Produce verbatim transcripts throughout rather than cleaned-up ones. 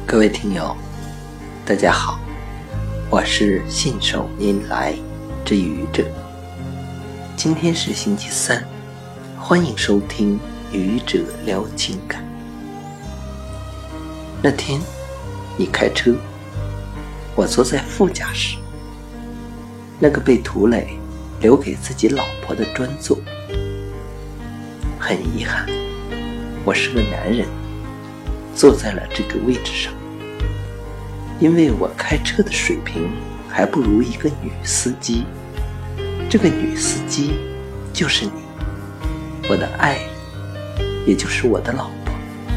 各位听友大家好，我是信手拈来之愚者。今天是星期三，欢迎收听愚者聊情感。那天你开车，我坐在副驾驶，那个被涂磊留给自己老婆的专座。很遗憾，我是个男人，坐在了这个位置上，因为我开车的水平还不如一个女司机。这个女司机就是你，我的爱人，也就是我的老婆。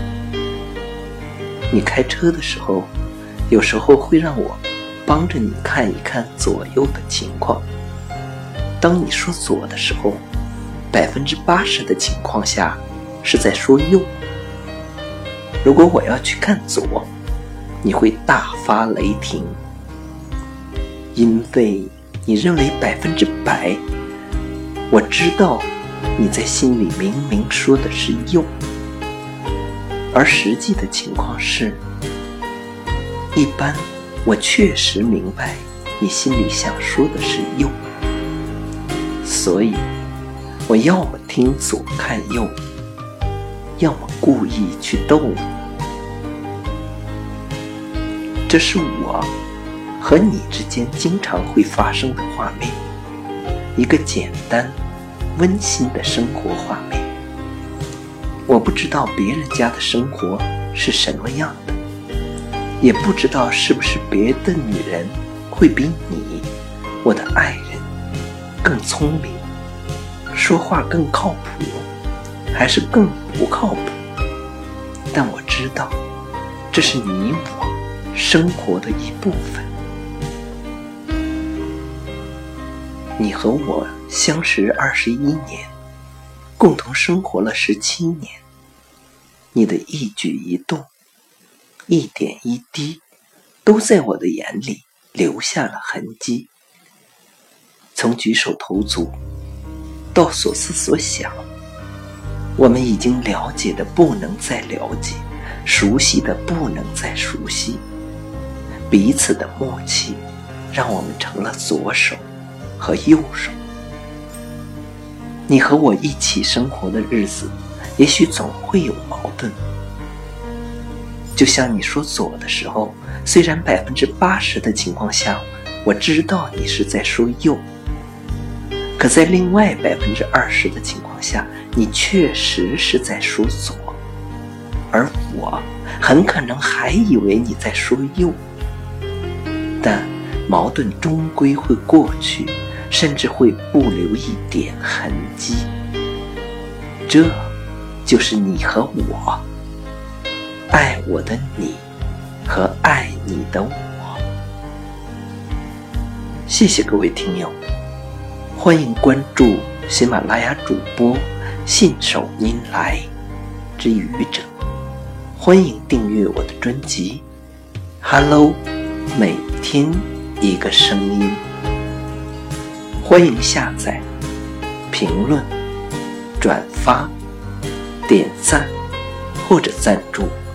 你开车的时候，有时候会让我帮着你看一看左右的情况。当你说左的时候，百分之八十的情况下是在说右。如果我要去看左，你会大发雷霆，因为你认为百分之百，我知道你在心里明明说的是右，而实际的情况是，一般我确实明白你心里想说的是右，所以我要么听左看右，要么故意去逗你。这是我和你之间经常会发生的画面，一个简单温馨的生活画面。我不知道别人家的生活是什么样的，也不知道是不是别的女人会比你，我的爱人，更聪明，说话更靠谱，还是更不靠谱。但我知道，这是你我生活的一部分。你和我相识二十一年，共同生活了十七年。你的一举一动，一点一滴，都在我的眼里留下了痕迹。从举手投足到所思所想，我们已经了解的不能再了解，熟悉的不能再熟悉。彼此的默契让我们成了左手和右手。你和我一起生活的日子，也许总会有矛盾。就像你说左的时候，虽然百分之八十的情况下，我知道你是在说右，可在另外百分之二十的情况下，你确实是在说左，而我很可能还以为你在说右。但矛盾终归会过去，甚至会不留一点痕迹。这就是你和我，爱我的你和爱你的我。谢谢各位听友，欢迎关注喜马拉雅主播信手拈来之愚者，欢迎订阅我的专辑 Hello， 每天一个声音。欢迎下载、评论、转发、点赞或者赞助。